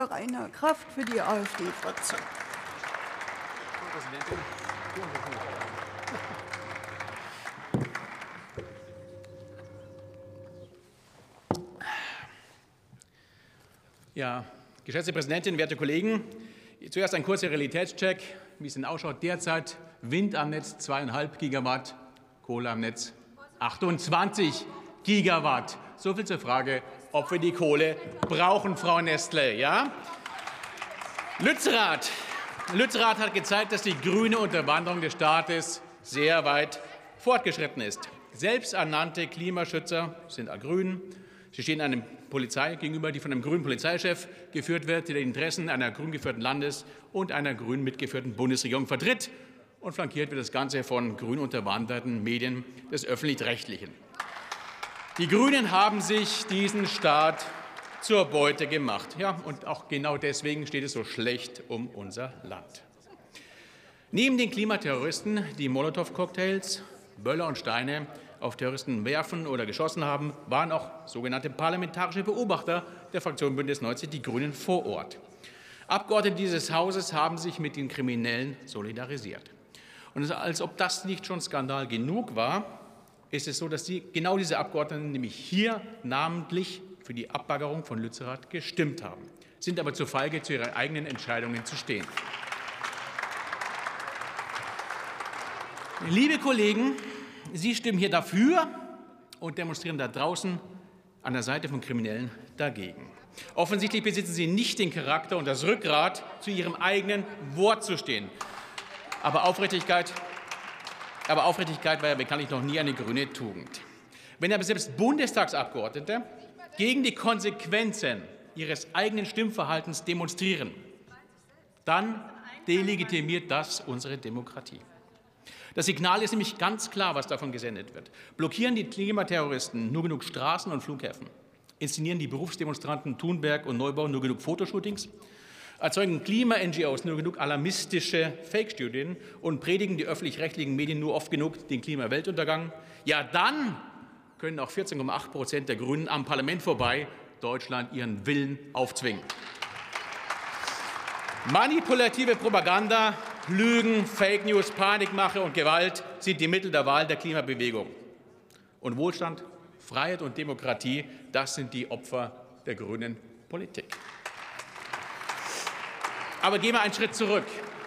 Rainer Kraft für die AfD-Fraktion. Ja, geschätzte Präsidentin, werte Kollegen, zuerst ein kurzer Realitätscheck, wie es denn ausschaut. Derzeit Wind am Netz 2,5 Gigawatt, Kohle am Netz 28 Gigawatt. So viel zur Frage, ob wir die Kohle brauchen, Frau Nestle. Ja? Lützerath hat gezeigt, dass die grüne Unterwanderung des Staates sehr weit fortgeschritten ist. Selbsternannte Klimaschützer sind Grün. Sie stehen einer Polizei gegenüber, die von einem grünen Polizeichef geführt wird, die die Interessen einer grün geführten Landes- und einer grün mitgeführten Bundesregierung vertritt. Und flankiert wird das Ganze von grün unterwanderten Medien des Öffentlich-Rechtlichen. Die Grünen haben sich diesen Staat zur Beute gemacht. Ja, und auch genau deswegen steht es so schlecht um unser Land. Neben den Klimaterroristen, die Molotow-Cocktails, Böller und Steine auf Terroristen werfen oder geschossen haben, waren auch sogenannte parlamentarische Beobachter der Fraktion Bündnis 90 Die Grünen vor Ort. Abgeordnete dieses Hauses haben sich mit den Kriminellen solidarisiert. Und als ob das nicht schon Skandal genug war, ist es so, dass genau diese Abgeordneten nämlich hier namentlich für die Abbaggerung von Lützerath gestimmt haben, sind aber zu feige, zu ihren eigenen Entscheidungen zu stehen. Liebe Kollegen, Sie stimmen hier dafür und demonstrieren da draußen an der Seite von Kriminellen dagegen. Offensichtlich besitzen Sie nicht den Charakter und das Rückgrat, zu Ihrem eigenen Wort zu stehen. Aber Aufrichtigkeit war ja bekanntlich noch nie eine grüne Tugend. Wenn aber selbst Bundestagsabgeordnete gegen die Konsequenzen ihres eigenen Stimmverhaltens demonstrieren, dann delegitimiert das unsere Demokratie. Das Signal ist nämlich ganz klar, was davon gesendet wird. Blockieren die Klimaterroristen nur genug Straßen und Flughäfen? Inszenieren die Berufsdemonstranten Thunberg und Neubau nur genug Fotoshootings? Erzeugen Klima-NGOs nur genug alarmistische Fake-Studien und predigen die öffentlich-rechtlichen Medien nur oft genug den Klimaweltuntergang? Ja, dann können auch 14,8% der Grünen am Parlament vorbei Deutschland ihren Willen aufzwingen. Manipulative Propaganda, Lügen, Fake News, Panikmache und Gewalt sind die Mittel der Wahl der Klimabewegung. Und Wohlstand, Freiheit und Demokratie, das sind die Opfer der grünen Politik. Aber gehen wir einen Schritt zurück.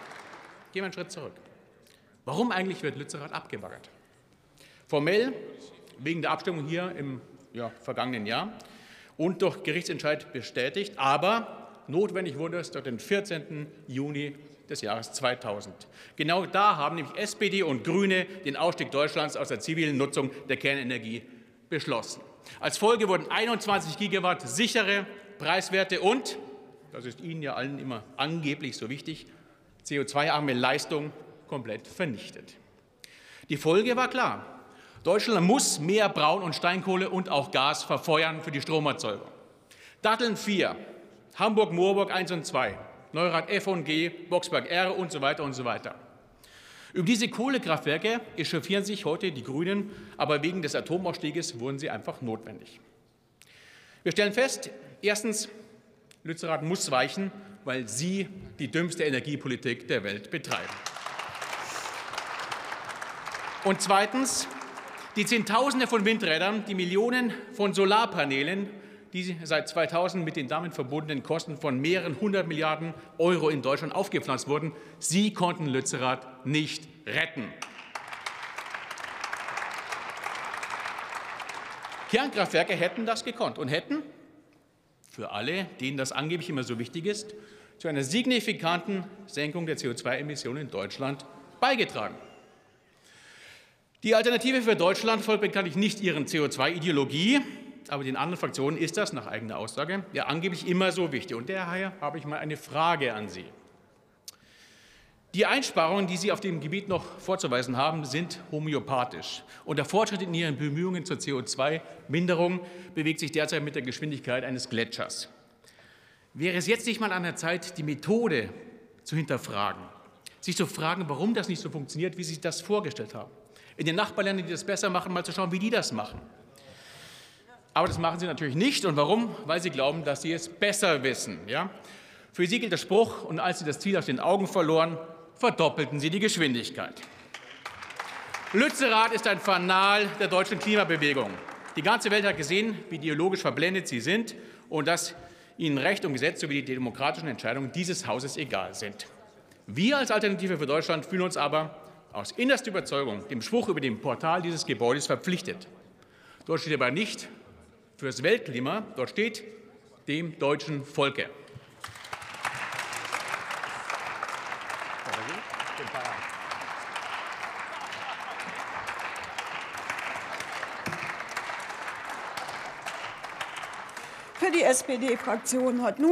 Warum eigentlich wird Lützerath abgebaggert? Formell wegen der Abstimmung hier im vergangenen Jahr und durch Gerichtsentscheid bestätigt, aber notwendig wurde es durch den 14. Juni des Jahres 2000. Genau da haben nämlich SPD und Grüne den Ausstieg Deutschlands aus der zivilen Nutzung der Kernenergie beschlossen. Als Folge wurden 21 Gigawatt sichere, preiswerte und, das ist Ihnen ja allen immer angeblich so wichtig, CO2-arme Leistung komplett vernichtet. Die Folge war klar. Deutschland muss mehr Braun- und Steinkohle und auch Gas verfeuern für die Stromerzeugung. Datteln 4, Hamburg-Moorburg 1 und 2, Neurath F und G, Boxberg R und so weiter und so weiter. Über diese Kohlekraftwerke echauffieren sich heute die Grünen, aber wegen des Atomausstieges wurden sie einfach notwendig. Wir stellen fest, erstens, Lützerath muss weichen, weil Sie die dümmste Energiepolitik der Welt betreiben. Und zweitens, die Zehntausende von Windrädern, die Millionen von Solarpanelen, die seit 2000 mit den damit verbundenen Kosten von mehreren 100 Milliarden Euro in Deutschland aufgepflanzt wurden, sie konnten Lützerath nicht retten. Kernkraftwerke hätten das gekonnt und hätten, für alle, denen das angeblich immer so wichtig ist, zu einer signifikanten Senkung der CO2-Emissionen in Deutschland beigetragen. Die Alternative für Deutschland folgt bekanntlich nicht ihren CO2-Ideologie, aber den anderen Fraktionen ist das nach eigener Aussage ja angeblich immer so wichtig. Und daher habe ich mal eine Frage an Sie. Die Einsparungen, die Sie auf dem Gebiet noch vorzuweisen haben, sind homöopathisch. Und der Fortschritt in Ihren Bemühungen zur CO2-Minderung bewegt sich derzeit mit der Geschwindigkeit eines Gletschers. Wäre es jetzt nicht mal an der Zeit, die Methode zu hinterfragen, sich zu fragen, warum das nicht so funktioniert, wie Sie sich das vorgestellt haben? In den Nachbarländern, die das besser machen, mal zu schauen, wie die das machen. Aber das machen Sie natürlich nicht. Und warum? Weil Sie glauben, dass Sie es besser wissen. Ja? Für sie gilt der Spruch, und als sie das Ziel aus den Augen verloren, verdoppelten sie die Geschwindigkeit. Lützerath ist ein Fanal der deutschen Klimabewegung. Die ganze Welt hat gesehen, wie ideologisch verblendet sie sind und dass ihnen Recht und Gesetz sowie die demokratischen Entscheidungen dieses Hauses egal sind. Wir als Alternative für Deutschland fühlen uns aber aus innerster Überzeugung dem Spruch über dem Portal dieses Gebäudes verpflichtet. Dort steht aber nicht fürs Weltklima, dort steht dem deutschen Volke. Für die SPD-Fraktion hat nun